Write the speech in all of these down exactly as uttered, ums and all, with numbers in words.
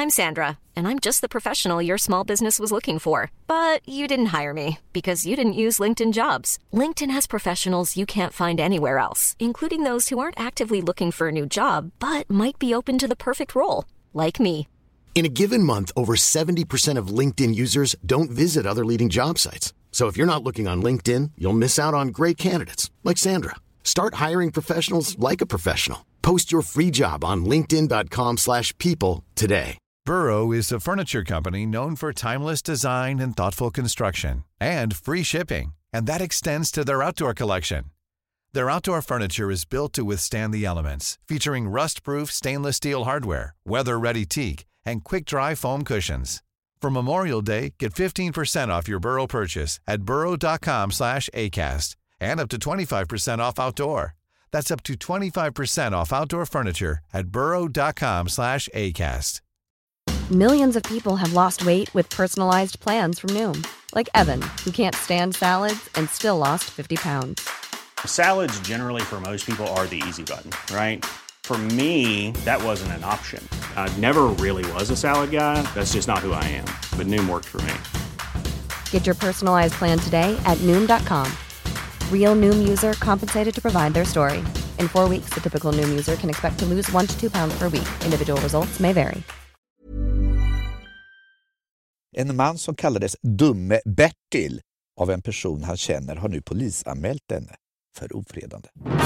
I'm Sandra, and I'm just the professional your small business was looking for. But you didn't hire me because you didn't use LinkedIn Jobs. LinkedIn has professionals you can't find anywhere else, including those who aren't actively looking for a new job, but might be open to the perfect role, like me. In a given month, over seventy percent of LinkedIn users don't visit other leading job sites. So if you're not looking on LinkedIn, you'll miss out on great candidates like Sandra. Start hiring professionals like a professional. Post your free job on linkedin dot com slash people today. Burrow is a furniture company known for timeless design and thoughtful construction and free shipping, and that extends to their outdoor collection. Their outdoor furniture is built to withstand the elements, featuring rust-proof stainless steel hardware, weather-ready teak, and quick-dry foam cushions. For Memorial Day, get fifteen percent off your Burrow purchase at burrow dot com slash acast and up to twenty-five percent off outdoor. That's up to twenty-five percent off outdoor furniture at burrow dot com slash acast. Millions of people have lost weight with personalized plans from Noom. Like Evan, who can't stand salads and still lost fifty pounds. Salads generally for most people are the easy button, right? For me, that wasn't an option. I never really was a salad guy. That's just not who I am. But Noom worked for me. Get your personalized plan today at Noom dot com. Real Noom user compensated to provide their story. In four weeks, the typical Noom user can expect to lose one to two pounds per week. Individual results may vary. En man som kallades Dumme Bertil av en person han känner har nu polisanmält henne för ofredande.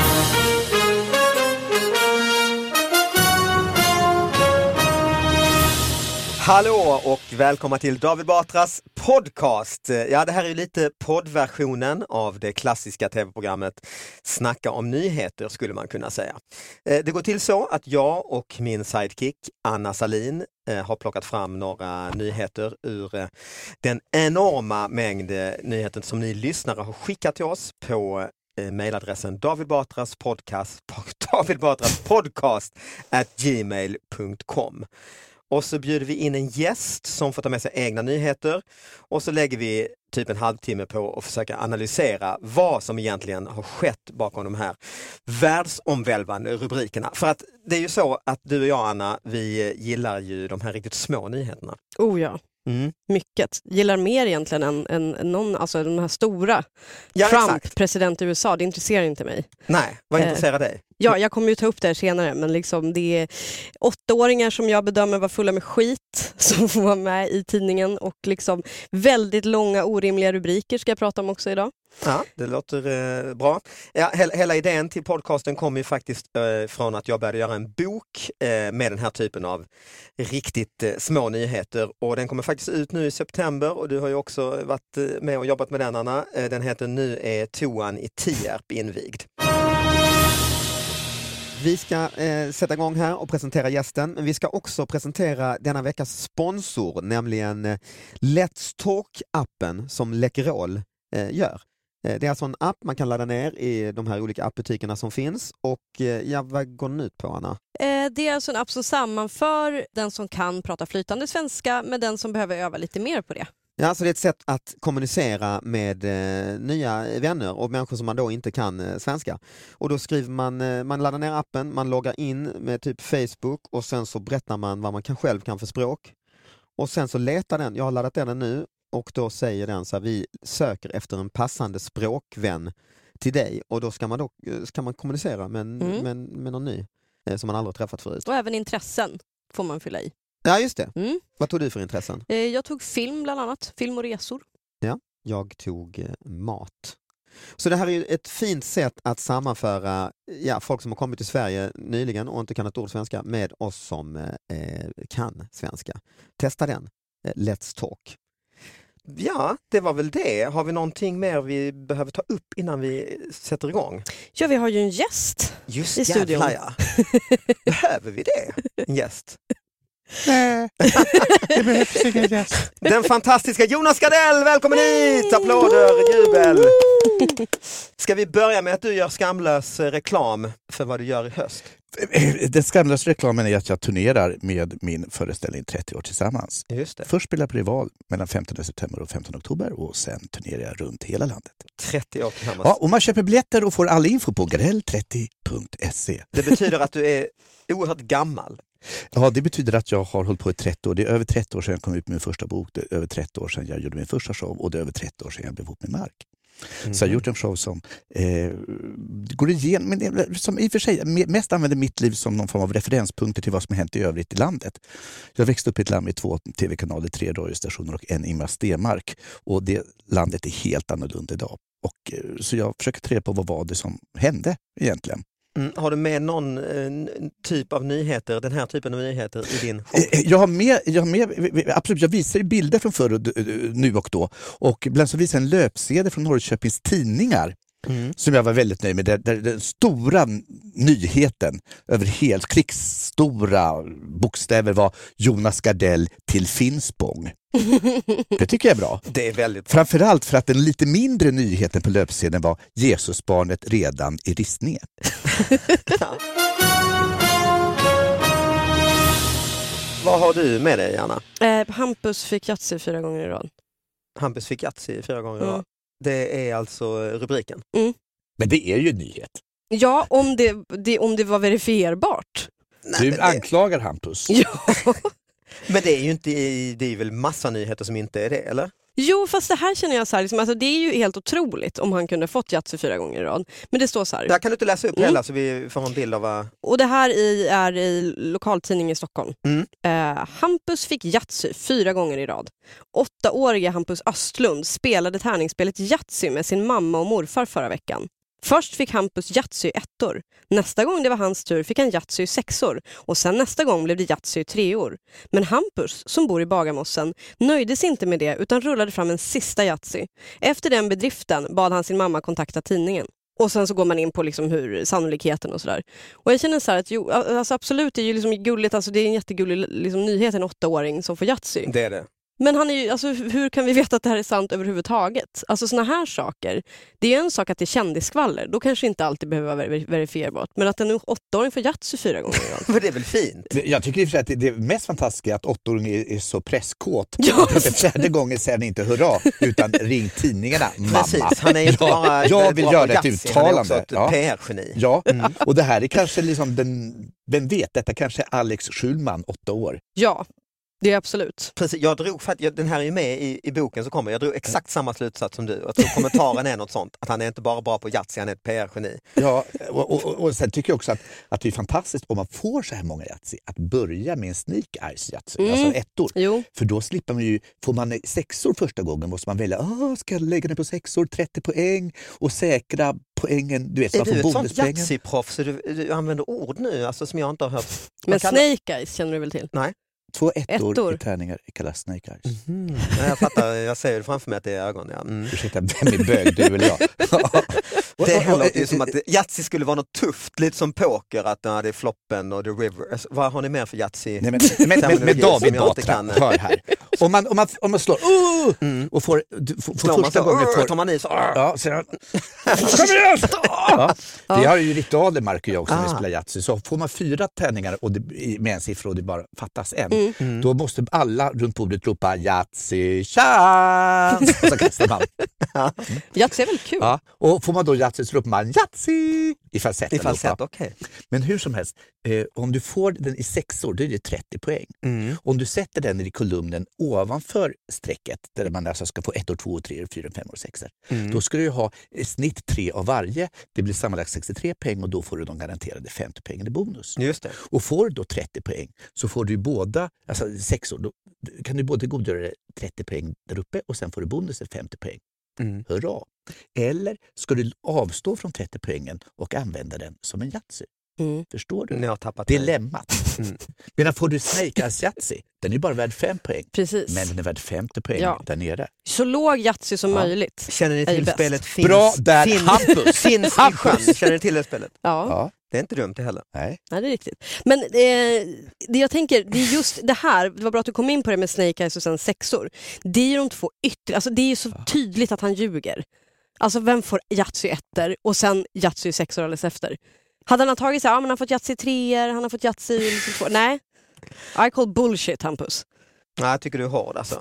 Hallå och välkomna till David Batras podcast. Ja, det här är lite poddversionen av det klassiska tv-programmet Snacka om nyheter, skulle man kunna säga. Det går till så att jag och min sidekick Anna Salin har plockat fram några nyheter ur den enorma mängd nyheter som ni lyssnare har skickat till oss på mailadressen davidbatraspodcast davidbatraspodcast at gmail dot com. Och så bjuder vi in en gäst som får ta med sig egna nyheter och så lägger vi typ en halvtimme på att försöka analysera vad som egentligen har skett bakom de här världsomvälvande rubrikerna. För att det är ju så att du och jag, Anna, vi gillar ju de här riktigt små nyheterna. Oh ja. Mm. Mycket. Gillar mer egentligen än, än, än någon, alltså de här stora. Ja, Trump, exakt. President i U S A, det intresserar inte mig. Nej, vad intresserar eh, dig? Ja, jag kommer ju ta upp det här senare, men liksom det är åttaåringar som jag bedömer var fulla med skit som får vara med i tidningen och liksom väldigt långa orimliga rubriker ska jag prata om också idag. Ja, det låter eh, bra. Ja, he- hela idén till podcasten kom ju faktiskt eh, från att jag började göra en bok eh, med den här typen av riktigt eh, små nyheter, och den kommer faktiskt ut nu i september, och du har ju också varit eh, med och jobbat med den, Anna. Eh, den heter Nu är toan i Tierp invigd. Vi ska eh, sätta igång här och presentera gästen, men vi ska också presentera denna veckas sponsor, nämligen eh, Let's Talk-appen som Läkerol eh, gör. Eh, det är alltså en app man kan ladda ner i de här olika appbutikerna som finns, och eh, ja, vad går den ut på, Anna? Eh, det är alltså en app som sammanför den som kan prata flytande svenska med den som behöver öva lite mer på det. Ja, alltså det är ett sätt att kommunicera med eh, nya vänner och människor som man då inte kan eh, svenska. Och då skriver man, eh, man laddar ner appen, man loggar in med typ Facebook, och sen så berättar man vad man kan själv kan för språk. Och sen så letar den, jag har laddat den nu, och då säger den så här: vi söker efter en passande språkvän till dig. Och då ska man, då, ska man kommunicera med, mm. med, med någon ny eh, som man aldrig träffat förut. Och även intressen får man fylla i. Ja, just det. Mm. Vad tog du för intressen? Eh, jag tog film bland annat, film och resor. Ja, jag tog eh, mat. Så det här är ju ett fint sätt att sammanföra ja, folk som har kommit till Sverige nyligen och inte kan ett ord svenska med oss som eh, kan svenska. Testa den. Eh, Let's Talk. Ja, det var väl det. Har vi någonting mer vi behöver ta upp innan vi sätter igång? Ja, vi har ju en gäst Just i studion. Jävlar, ja. Behöver vi det? En gäst? Nej, det behövs ingen gäst. Den fantastiska Jonas Gardell, välkommen hit! Applåder, jubel! Ska vi börja med att du gör skamlös reklam för vad du gör i höst? Den skamlösa reklamen är att jag turnerar med min föreställning trettio år tillsammans. Just det. Först spelar på Rival mellan femtonde september och femtonde oktober, och sen turnerar jag runt hela landet. trettio år tillsammans. Ja, och man köper biljetter och får all info på garell trettio punkt se. Det betyder att du är oerhört gammal. Ja, det betyder att jag har hållit på i trettio år. Det är över trettio år sedan jag kom ut med min första bok. Det är över trettio år sedan jag gjorde min första show. Och det är över trettio år sedan jag blev ihop med Mark. Mm. Så jag har gjort en show som eh, går igenom, men som i och för sig mest använder mitt liv som någon form av referenspunkter till vad som har hänt i övrigt i landet. Jag växte upp i ett land med två tv-kanaler, tre radiostationer och en Ingmar Stenmark. Och det landet är helt annorlunda idag. Och, så jag försöker ta reda på vad var det som hände egentligen. Mm. Har du med någon eh, typ av nyheter, den här typen av nyheter i din show? Jag har med, jag har med absolut, jag visar bilder från förr och nu och då. Och bland så visar en löpsedel från Norrköpings tidningar. Mm. Som jag var väldigt nöjd med. Där, där den stora nyheten över helt klickstora bokstäver var Jonas Gardell till Finspång. Det tycker jag är bra. Det är väldigt bra. Framförallt för att den lite mindre nyheten på löpsedeln var Jesusbarnet redan i ristningen. Vad har du med dig, Anna? Eh, Hampus fick Yatzy fyra gånger i rad. Hampus fick Yatzy fyra gånger i rad. Mm. Det är alltså rubriken. Mm. Men det är ju en nyhet. Ja, om det, det, om det var verifierbart. Du Nej, anklagar Hampus. Ja. Men det är ju inte, det är väl massa nyheter som inte är det, eller? Jo, fast det här känner jag så här, liksom, alltså det är ju helt otroligt om han kunde fått Yatzy fyra gånger i rad. Men det står så här. Där kan du inte läsa upp mm. hela så vi får en bild av vad... Och det här i, är i lokaltidning i Stockholm. Mm. Eh, Hampus fick Yatzy fyra gånger i rad. Åttaåriga Hampus Östlund spelade tärningsspelet Yatzy med sin mamma och morfar förra veckan. Först fick Hampus Yatzy ettor. Nästa gång det var hans tur fick han Yatzy sexor. Och sen nästa gång blev det Yatzy treor. Men Hampus, som bor i Bagarmossen, nöjde sig inte med det utan rullade fram en sista Yatzy. Efter den bedriften bad han sin mamma kontakta tidningen. Och sen så går man in på liksom hur sannolikheten och sådär. Och jag känner så här att jo, alltså absolut, det är ju liksom gulligt, alltså det är en jättegullig liksom, nyhet, en åttaåring som får Yatzy. Det är det. Men han är ju, alltså, hur kan vi veta att det här är sant överhuvudtaget? Alltså såna här saker, det är en sak att det är kändisskvaller. Då kanske inte alltid behöver vara ver- verifierbart. Men att en åttaåring får Yatzy fyra gånger. För det är väl fint? Jag tycker i och för sig att det, det mest fantastiska är att åttaåringen är, är så presskåt. Ja. Att den fjärde gången säger han inte hurra, utan ring tidningarna, mamma. Precis, han är ju inte bara... Jag vill göra ett Yatzy, uttalande. Han är också ett ja. P R-geni. Ja, mm. Och det här är kanske liksom den... Vem vet, detta kanske är Alex Schulman, åtta år. Ja. Det är absolut. Precis, jag drog, för att jag, den här är ju med i, i boken så kommer jag drog exakt samma slutsats som du. Jag tror kommentaren är något sånt, att han är inte bara bra på Yatzy, han är ett P R-geni. Ja, och, och, och sen tycker jag också att, att det är fantastiskt om man får så här många Yatzy att börja med en sneak eyes Yatzy, mm. alltså ettor. Jo. För då slipper man ju, får man sexor första gången måste man välja, ah, ska jag lägga den på sexor, trettio poäng och säkra poängen, du vet, är man får du ett sånt bonuspoängen. Yatzy-proffs så du, du använder ord nu alltså, som jag inte har hört? Men kan... snake eyes känner du väl till? Nej. Två ettor, ettor i tärningar kallas snake eyes. Mm. Ja, jag fattar, jag ser det framför mig att det är ögon. Ja. Mm. Ursäkta, vem är bög, du eller jag? Det här låter ju som att Yatzy skulle vara något tufft, lite som poker, att ja, det är floppen och the river. Alltså, vad har ni mer för Yatzy? Nej, men, men, men, men David Batra, hör här. Om man, om man, om man slår uh, mm. och får, får, får första så, gången... Får, tar man i så... Ja, så jag, kom igen! Ja, det har ju ritualer, Mark och jag också, när vi spelar Yatzy. Så får man fyra tärningar och det, med en siffra och det bara fattas en, mm. Mm. då måste alla runt bordet ropa Yatzy, chans! Och så kastar man. Ja. Mm. Yatzy är väl kul? Ja, och får man då Yatzy så ropar man Yatzy i falsett. I falsett, okej. Okay. Men hur som helst, eh, om du får den i sexor, då är det trettio poäng. Mm. Om du sätter den i kolumnen ovanför strecket, där man alltså ska få ett år, två år, tre år, fyra, fem år, sex år, mm. då ska du ha snitt tre av varje. Det blir sammanlagt sextiotre poäng och då får du de garanterade femtio poängen i bonus. Just det. Och får du då trettio poäng så får du båda, alltså sex år, då kan du både godgöra trettio poäng där uppe och sen får du bonus femtio poäng. Mm. Hurra! Eller ska du avstå från trettio poängen och använda den som en Yatzy? Mm. Förstår du? Ni har tappat dilemmat. Mm. Men får du Snake Eyes Yatzy, den är bara värd fem poäng. Precis. Men den är värd femtio poäng ja. där nere. Så låg Yatzy som ja. möjligt. Känner ni till spelet finns? Bra där, finns, Hampus! Finns i sjön. Känner ni till det spelet? Ja. ja. Det är inte dumt det heller. Nej. Nej, det är riktigt. Men eh, det jag tänker, det är just det här, det var bra att du kom in på det med Snake Eyes och sen sexor. Det är ju de två yttre, alltså det är ju så ja. tydligt att han ljuger. Alltså vem får Yatzy ettor och sen Yatzy sexor alldeles efter? Hade han tagit sig, ja men han har fått Yatzy treor, han har fått Yatzy liksom, nej. I call bullshit, Hampus. Nej, jag tycker du är hård alltså.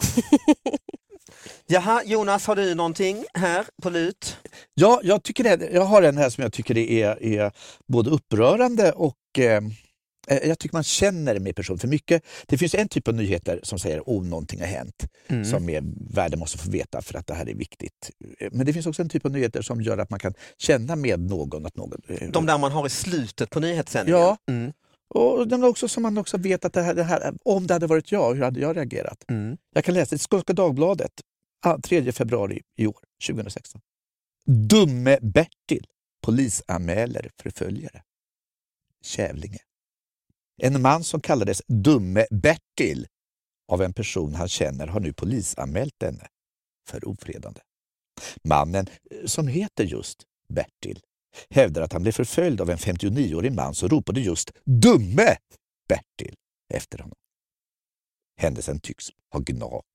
Jaha, Jonas, har du någonting här på lut? Ja, jag tycker det, jag har en här som jag tycker är, är både upprörande och eh, Jag tycker man känner med person för mycket. Det finns en typ av nyheter som säger om någonting har hänt mm. som är världen måste få veta för att det här är viktigt. Men det finns också en typ av nyheter som gör att man kan känna med någon att någon... De där man har i slutet på nyhetssändningen. Ja. Mm. Och de också som man också vet att det här, det här, om det hade varit jag, hur hade jag reagerat? Mm. Jag kan läsa i Skånska Dagbladet tredje februari i år, tjugohundrasexton. Dumme Bertil polisanmäler förföljare. Kävlinge. En man som kallades Dumme Bertil av en person han känner har nu polisanmält denne för ofredande. Mannen, som heter just Bertil, hävdar att han blev förföljd av en femtionioårig man som ropade just Dumme Bertil efter honom. Händelsen tycks ha gnagt.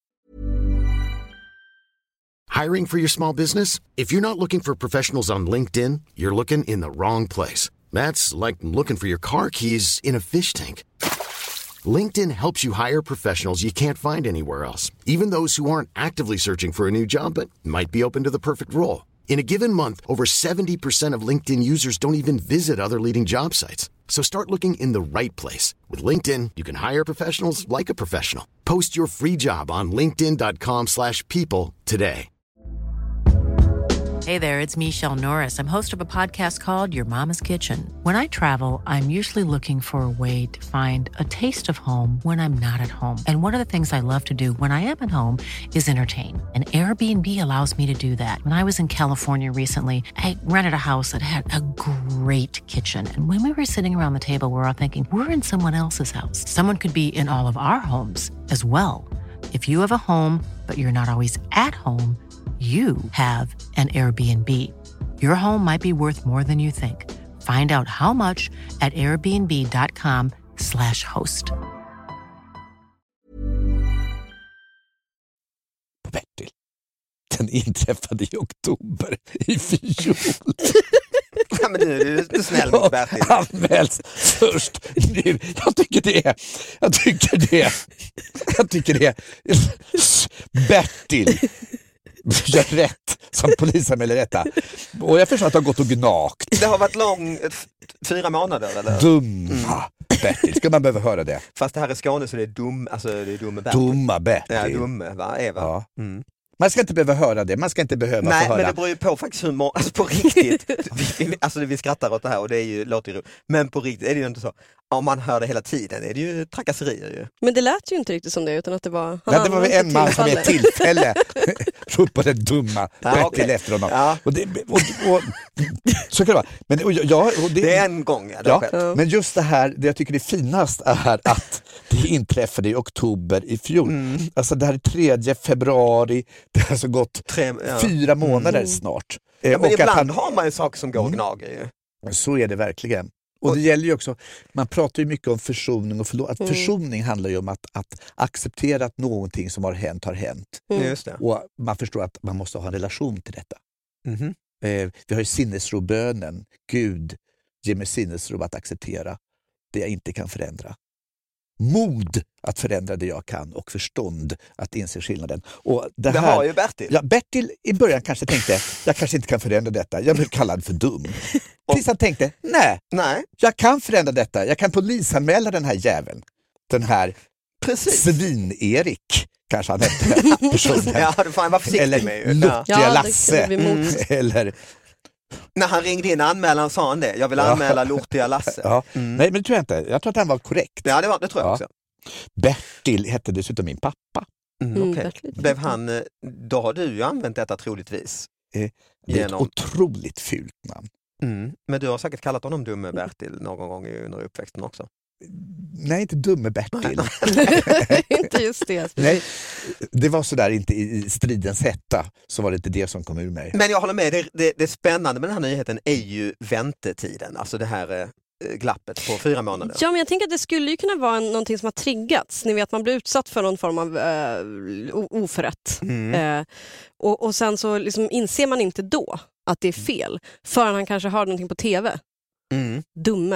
Hiring for your small business? If you're not looking for professionals on LinkedIn, you're looking in the wrong place. That's like looking for your car keys in a fish tank. LinkedIn helps you hire professionals you can't find anywhere else, even those who aren't actively searching for a new job but might be open to the perfect role. In a given month, over seventy percent of LinkedIn users don't even visit other leading job sites. So start looking in the right place. With LinkedIn, you can hire professionals like a professional. Post your free job on linkedin dot com slash people today. Hey there, it's Michelle Norris. I'm host of a podcast called Your Mama's Kitchen. When I travel, I'm usually looking for a way to find a taste of home when I'm not at home. And one of the things I love to do when I am at home is entertain. And Airbnb allows me to do that. When I was in California recently, I rented a house that had a great kitchen. And when we were sitting around the table, we were all thinking, we're in someone else's house. Someone could be in all of our homes as well. If you have a home, but you're not always at home, you have an Airbnb. Your home might be worth more than you think. Find out how much at airbnb dot com slash host. Bertil. Den inträffade i oktober i fjol. Ja, men du, du är snäll mot Bertil. Anmäls först nu. Jag tycker det är. Jag tycker det. Jag tycker det. Bertil. Gör rätt som polisanmäler detta. Och jag förstår att det har gått och gnagt. Det har varit lång, fyra månader eller? Dumma mm. Bertil, ska man behöva höra det? Fast det här i Skåne så det är dum, alltså det är dumme Bertil. Dumma Bertil. Ja, dumme, va? Eva. Ja. Mm. Man ska inte behöva höra det, man ska inte behöva Nej, få höra. Men det beror ju på faktiskt hur må- alltså på riktigt. vi, alltså vi skrattar åt det här och det är ju, låter ju, men på riktigt är det ju inte så. Om man hör det hela tiden är det ju trakasserier ju. Men det lät ju inte riktigt som det utan att det var... Nej, det var väl en man som vid tillfälle ropade dumma Bertil ja, okay. efter honom. Ja. Och det, och, och, så kan det vara. Men, och, ja, och det, det är en gång. Ja, ja. Men just det här, det jag tycker är finast är att det inträffade i oktober i fjol. Mm. Alltså det här är tredje februari, det har alltså gått Tre, ja. fyra månader mm. snart. Ja, men och ibland han, har man ju saker som går och gnager ju. Så är det verkligen. Och det gäller ju också, man pratar ju mycket om försoning och förlåt. Att mm. försoning handlar ju om att, att acceptera att någonting som har hänt har hänt. Mm. Just det. Och man förstår att man måste ha en relation till detta. Mm. Eh, vi har ju sinnesrobönen. Gud, ge mig sinnesro att acceptera det jag inte kan förändra. Mod att förändra det jag kan och förstånd att inse skillnaden. Och det, det här, har ju Bertil. Ja, Bertil i början kanske tänkte, jag kanske inte kan förändra detta. Jag blev kallad för dum. Tills han tänkte, nej, nej, jag kan förändra detta. Jag kan polisanmäla den här jäveln. Den här Svin-Erik, kanske han hette personen. Ja, du får vara försiktig eller med ju. Luttiga ja, Lasse. Mm. Eller... När han ringde in anmälan sa han det. Jag vill anmäla Luttiga Lasse. Ja. Mm. Nej, men det tror jag inte. Jag tror att han var korrekt. Ja, det, var, det tror jag ja. också. Bertil hette dessutom min pappa. Mm, okay. mm, Blev han, då har du ju använt detta troligtvis. Eh, det är Genom... ett otroligt fult namn. Mm. Men du har säkert kallat honom Dumme Bertil någon gång under uppväxten också. Nej, inte Dumme Bertil. Inte just det. Nej, det var sådär inte i stridens hetta, så var det inte det som kom ur mig. Men jag håller med, det, det, det spännande med den här nyheten är ju väntetiden. Alltså det här eh, glappet på fyra månader. Ja, men jag tänker att det skulle ju kunna vara en, någonting som har triggats. Ni vet, man blir utsatt för någon form av eh, oförrätt. Mm. Eh, och, och sen så liksom inser man inte då att det är fel förrän han kanske har någonting på tv. Mm. Dumme.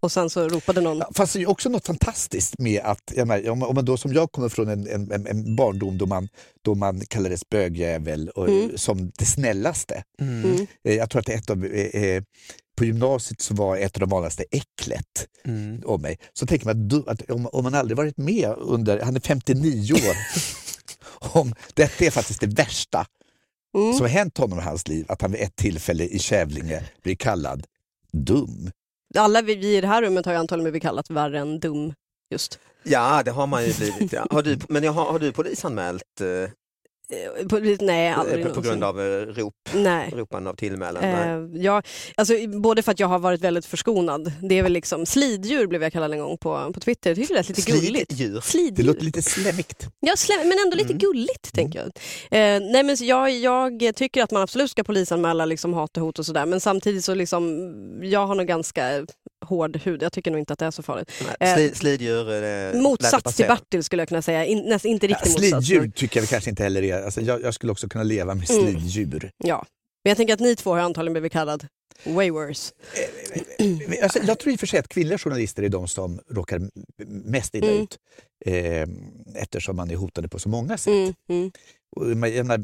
Och sen så ropade någon. Ja, fast det är också något fantastiskt med att, jag menar, om, om man då som jag kommer från en, en, en barndom då man, då man kallades bögjävel och, mm. som det snällaste. Mm. Jag tror att ett av, eh, på gymnasiet så var ett av de vanligaste äcklet mm. om mig. Så tänker man att, du, att om, om man aldrig varit med under, han är femtionio år, om detta är faktiskt det värsta mm. som har hänt honom i hans liv, att han vid ett tillfälle i Kävlinge blir kallad dum. Alla vi i det här rummet har ju antagligen blivit kallat värre än dum just. Ja, det har man ju blivit. Ja. Har du, men jag har, har du polisanmält? Eh, på, nej, aldrig på, på grund av eh, rop, nej. ropan av tillmälen? Eh, ja, alltså, både för att jag har varit väldigt förskonad. Det är väl liksom, sliddjur blev jag kallad en gång på, på Twitter. Jag tycker det är lite gulligt. Sliddjur? Sliddjur. Det låter lite slämmigt. Ja, slem, men ändå lite mm. gulligt, tänker jag. Eh, nej, men jag, jag tycker att man absolut ska polisanmäla liksom, hat och hot och sådär. Men samtidigt så liksom, jag har nog ganska hård hud. Jag tycker nog inte att det är så farligt. Nej, sli, sliddjur... Eh, motsats till Bertil skulle jag kunna säga. In, nästan inte riktigt ja, motsats. Sliddjur tycker jag kanske inte heller är. Alltså, jag, jag skulle också kunna leva med sliddjur. Mm. Ja, men jag tänker att ni två har antagligen blivit kallad way worse. Alltså, jag tror i och för sig att kvinnliga journalister är de som råkar mest illa mm. ut. Eh, eftersom man är hotade på så många sätt. Mm. Mm. Och, jag menar,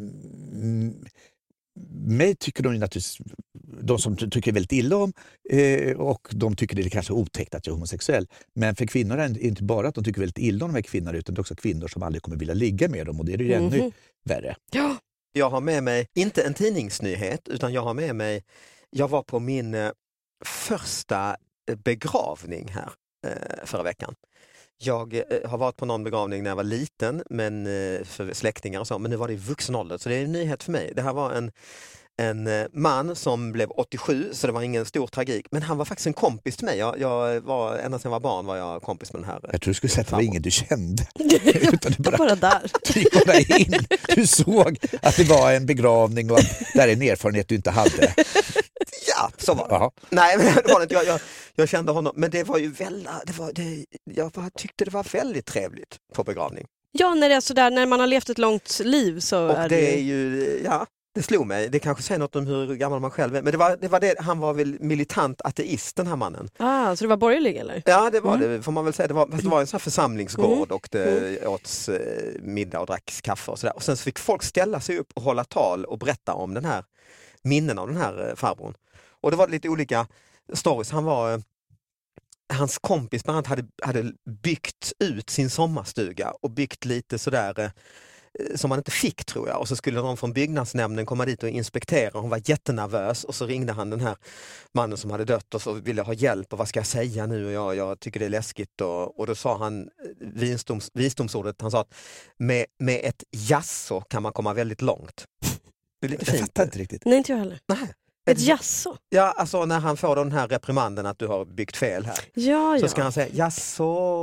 mig tycker de naturligtvis, de som tycker väldigt illa om eh, och de tycker det är kanske otäckt att jag är homosexuell. Men för kvinnor är det inte bara att de tycker väldigt illa om de här kvinnorna, utan det är också kvinnor som aldrig kommer vilja ligga med dem, och det är ju mm-hmm. ännu värre. Ja. Jag har med mig, inte en tidningsnyhet, utan jag har med mig, jag var på min eh, första begravning här eh, förra veckan. Jag eh, har varit på någon begravning när jag var liten, men eh, för släktingar och så, men nu var det i vuxen ålder, så det är en nyhet för mig. Det här var en, en eh, man som blev åttiosju, så det var ingen stor tragik, men han var faktiskt en kompis till mig. Jag, jag var, ända sedan jag var barn var jag kompis med den här. Jag tror du skulle säga att det var ingen du kände. Utan du bara, bara där. Du, bara in. Du såg att det var en begravning och att det är en erfarenhet du inte hade. Ja, så var det. Aha. Nej, men det var inte. Jag, jag, jag kände honom, men det var ju väldigt, det var, det, jag bara tyckte det var väldigt trevligt på begravning. Ja, när det är så där, när man har levt ett långt liv så och är det... det är ju, ja, det slog mig. Det kanske säger något om hur gammal man själv är, men det var det, var det han var väl militant ateist, den här mannen. Ah, så det var borgerlig eller? Ja, det var mm. det, får man väl säga. Det var, det var en sån här församlingsgård mm. och det åts eh, middag och dracks kaffe och sådär. Och sen så fick folk ställa sig upp och hålla tal och berätta om den här minnen av den här eh, farbrorn. Och det var lite olika stories. Han var, eh, hans kompis bland annat hade, hade byggt ut sin sommarstuga och byggt lite sådär eh, som man inte fick, tror jag. Och så skulle någon från byggnadsnämnden komma dit och inspektera. Hon var jättenervös och så ringde han den här mannen som hade dött och så ville ha hjälp. Och vad ska jag säga nu? Och jag, jag tycker det är läskigt. Och, och då sa han visdoms, visdomsordet. Han sa att med, med ett jasso kan man komma väldigt långt. Det är lite jag fint. fattar inte riktigt. Nej, inte jag heller. Nej. Ett jasso? Ja, alltså när han får den här reprimanden att du har byggt fel här. Ja, ja. Så ska han säga jasso.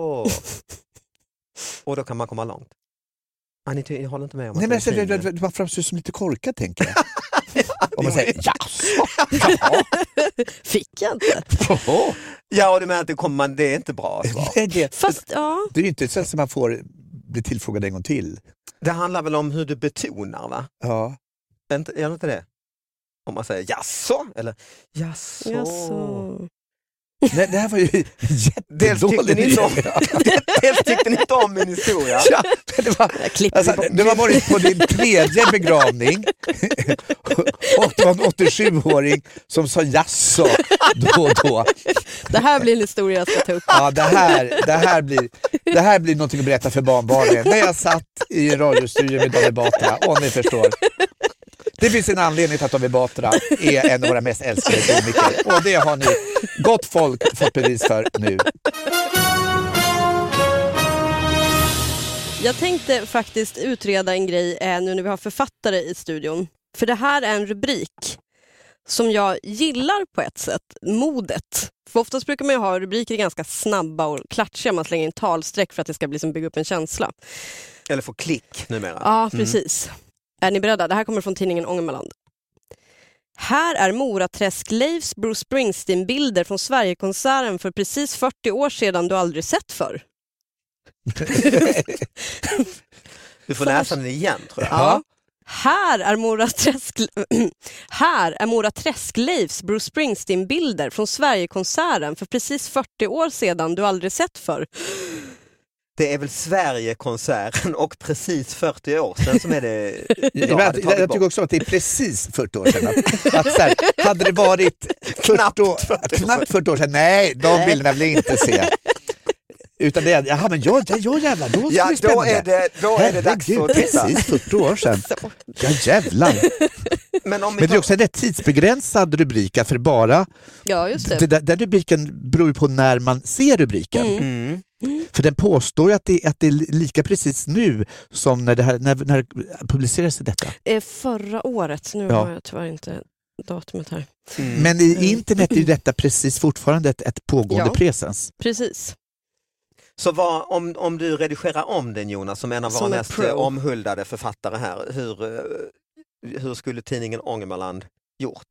Och då kan man komma långt. Han inte, jag håller inte med om Nej, men det, det, det, det var framstår som lite korkat, tänker jag. Ja, om man säger jasso. Ja. Fick jag inte. Ja, och du menar att det, kommer man, det är inte bra svar. Nej, det, Fast, ja. Det är ju inte så att man får bli tillfrågad en gång till. Det handlar väl om hur du betonar, va? Ja. Är det, är det inte det? Om man säger jasso eller jasso. Jasso. Nej, det här var ju jättedåligt. Dels tyckte ni inte om min historia. Ja, det var, alltså, det var varit på din tredje begravning och det var en åttiosjuåring som sa jasso då och då. Det här blir en historia jag ska ta upp. Ja, det här, det här, blir, det här blir någonting att berätta för barnbarnen. När jag satt i radiostudion med David Batra, om ni förstår. Det finns en anledning till att David Batra är en av våra mest älskade komiker. Och det har ni gott folk fått bevis för nu. Jag tänkte faktiskt utreda en grej eh, nu när vi har författare i studion. För det här är en rubrik som jag gillar på ett sätt. Modet. För oftast brukar man ju ha rubriker ganska snabba och klatschiga. Man slänger in talsträck för att det ska bli som bygga upp en känsla. Eller få klick numera. Ja, precis. Mm. Är ni beredda? Det här kommer från tidningen Ångermanland. Här är Moraträsk Leifs Bruce Springsteen-bilder från Sverigekonserten för precis fyrtio år sedan du aldrig sett för. Du får läsa den igen, tror jag. Ja. Här är Mora Träsk Här är Mora Träsk-Leifs Bruce Springsteen-bilder från Sverigekonserten för precis fyrtio år sedan du aldrig sett för. Det är väl Sverigekonserten och precis fyrtio år sedan som är det. Jag, jag, jag, jag tycker också att det är precis fyrtio år sedan. Att, att så här, hade det varit knappt fyrtio år, knappt fyrtio år sedan, nej, de bilderna vill jag inte se. Utan det är, jaha, men jag, jag, jag jävlar, då ska ja, det spännande. Då är det, då är det dags för att titta. Precis fyrtio år sedan. Ja, jävlar. Men, om men det är också en rätt tidsbegränsad rubrik, för bara ja, just det. Det, där, den rubriken beror på när man ser rubriken. Mm. Mm. Mm. För den påstår ju att det, att det är lika precis nu som när det här, när, när publicerades detta. Eh, förra året, nu ja. har jag tyvärr inte datumet här. Mm. Men i internet är ju detta precis fortfarande ett, ett pågående ja, presens. Precis. Så vad, om, om du redigerar om den, Jonas, som en av våra mest pro. omhuldade författare här, hur, hur skulle tidningen Ångermanland gjort?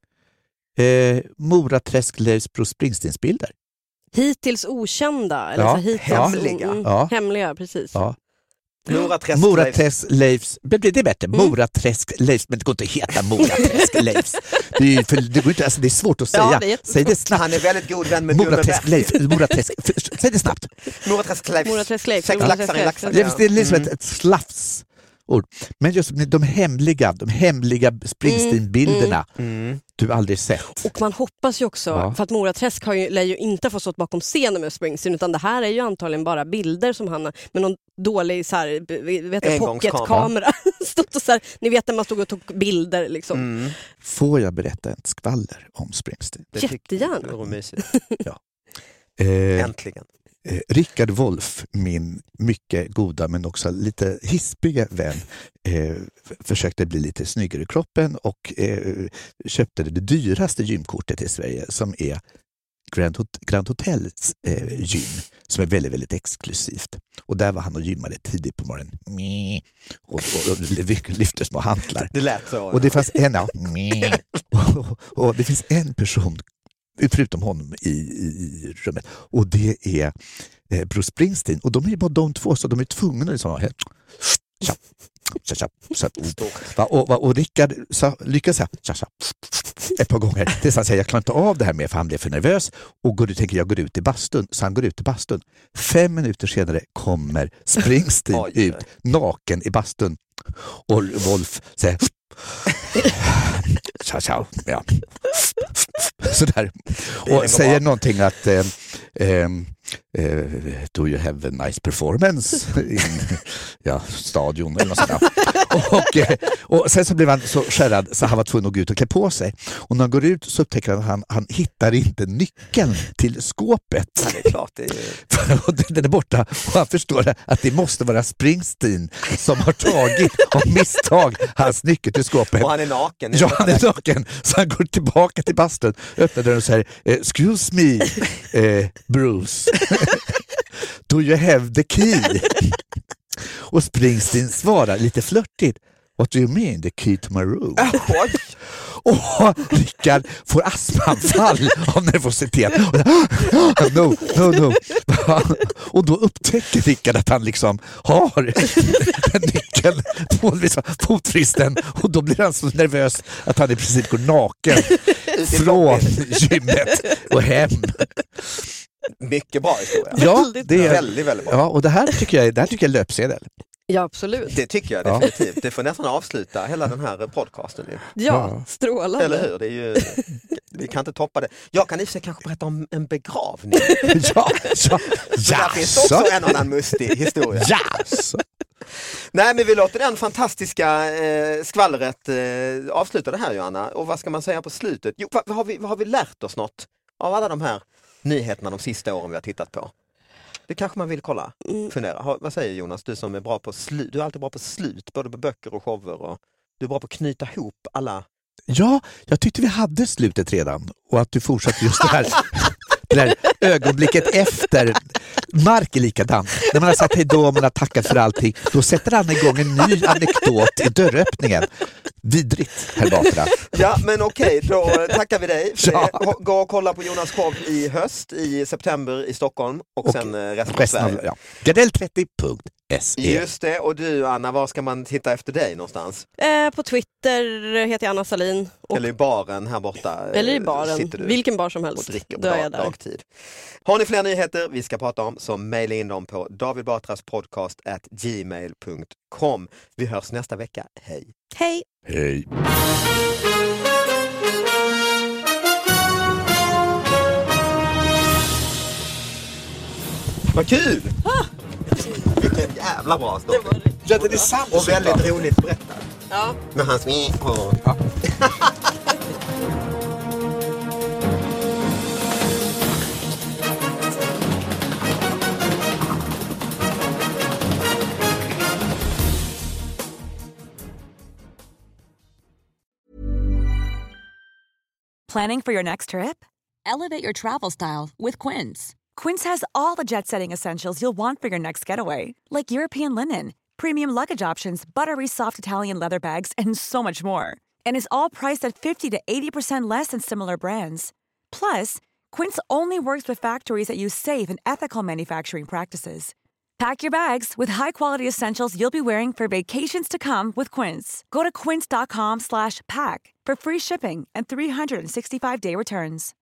Eh, Mora Träsk-Leifs Bruce Springsteen-bilder. Hittills okända, eller ja. så hittills hemliga. Mm, ja. Hemliga, precis. Ja. Mora Träsk-Leifs. Mora Träsk-Leifs. Det är bättre. Mm. Mora Träsk-Leifs, men det går inte att heta Mora Träsk-Leifs. Det är, för, det, går inte, alltså, det är svårt att säga. Ja, det Säg det snabbt. Han är väldigt god vän med Mora Träsk-Leifs. Mora Träsk. Säg det snabbt. Mora Träsk-Leifs. Mora Träsk-Leifs. Sex laxar i laxar. Ja. Det är liksom mm. ett, ett slafs. Ord. Men just de hemliga, de hemliga Springsteen-bilderna mm, mm. du aldrig sett. Och man hoppas ju också, ja. för att Mora Träsk har ju, lär ju inte få stått bakom scenen med Springsteen, utan det här är ju antagligen bara bilder som han har med någon dålig så här, vet jag, pocketkamera. Stått och så här, ni vet när man stod och tog bilder liksom. Mm. Får jag berätta ett skvaller om Springsteen? Jättegärna. Det var mysigt. ja. eh, Äntligen. Eh, Rickard Wolff, min mycket goda men också lite hispiga vän, eh, försökte bli lite snyggare i kroppen och eh, köpte det dyraste gymkortet i Sverige, som är Grand, Hot- Grand Hotels eh, gym, som är väldigt, väldigt exklusivt. Och där var han och gymmade tidigt på morgonen. Och, och, och lyfte små hantlar. Det lät så. Och det fanns en, ja, och, och det finns en person förutom honom i, i rummet, och det är eh, Bruce Springsteen, och de är bara de två, så de är tvungna liksom, här, tja, tja, tja, tja, va, och, va, och Rickard sa, lyckas säga tja, tja, ett par gånger tills han säger jag klarar inte av det här mer, för han blev för nervös och går, tänker jag går ut i bastun, så han går ut i bastun. Fem minuter senare kommer Springsteen oj, ut naken i bastun, och Wolf säger tja, tja, ja. Sådär. Och säger någonting att eh, eh, eh, do you have a nice performance in ja, stadion eller något sådär. och, eh, och sen så blev han så skärrad så han var tvungen att gå ut och klä på sig. Och när han går ut så upptäcker han att han, han hittar inte nyckeln till skåpet. Ja, det är klart, det är... och den är borta, och han förstår att det måste vara Springsteen som har tagit av misstag hans nyckel till skåpet. Och han är naken. Ja, han är naken. Så han går tillbaka till bastun, öppnar dörren och säger excuse me, eh, Bruce. Do you have the key? Och Springsteen svarar lite flörtigt. What do you mean, the key to my room? Oj. Och Rickard får astmaanfall av nervositet. No, no, no. Och då upptäcker Rickard att han liksom har en nyckel på liksom fotfristen, och då blir han så nervös att han i princip går naken från gymmet och hem. Mycket bra historia. Ja, det är väldigt, väldigt bra. Ja, och det här tycker jag, det här tycker jag är löpsedel. Ja, absolut. Det tycker jag definitivt. Ja. Det får nästan avsluta hela den här podcasten nu. Ja, strålande. Eller hur? Det är ju, vi kan inte toppa det. Jag kan i och för sig kanske berätta om en begravning. ja, ja. Där finns också en annan mustig historia. Yes. Nej, men vi låter den fantastiska eh, skvallret eh, avsluta det här, Johanna. Och vad ska man säga på slutet? Jo, vad, vad, har vi, vad har vi lärt oss något av alla de här nyheterna de sista åren vi har tittat på? Det kanske man vill kolla, fundera. Ha, vad säger Jonas, du som är bra på slut? Du är alltid bra på slut, både på böcker och shower. Och du är bra på att knyta ihop alla... Ja, jag tyckte vi hade slutet redan. Och att du fortsatte just det här, det här ögonblicket efter Mark är likadan. När man har sagt hej då, man har tackat för allting, då sätter han igång en ny anekdot i dörröppningen. Vidrigt, herr Batra. Ja, men okej, då tackar vi dig för Ja. det. Gå och kolla på Jonas show i höst, i september i Stockholm och, Och sen eh, resten av resten av, Sverige. ja. Gardell trettio punkt se. Just det, och du Anna, var ska man titta efter dig någonstans? Eh, på Twitter heter jag Anna Salin. Och, Eller i baren här borta? eh, eller i baren, sitter du vilken bar som och helst. dricker på Då är dag, jag där. dagtid. Har ni fler nyheter vi ska prata om, så mejla in dem på davidbatraspodcast at gmail punkt com. Vi hörs nästa vecka. Hej! Hej! Hej. Vad kul! Ah! Vilken jävla bra story. Ja, det är sant. Och väldigt roligt berättat. Ja. Med hans och... Ja. Planning for your next trip? Elevate your travel style with Quince. Quince has all the jet-setting essentials you'll want for your next getaway, like European linen, premium luggage options, buttery soft Italian leather bags, and so much more. And is all priced at fifty to eighty percent less than similar brands. Plus, Quince only works with factories that use safe and ethical manufacturing practices. Pack your bags with high-quality essentials you'll be wearing for vacations to come with Quince. Go to quince dot com slash pack for free shipping and three sixty-five day returns.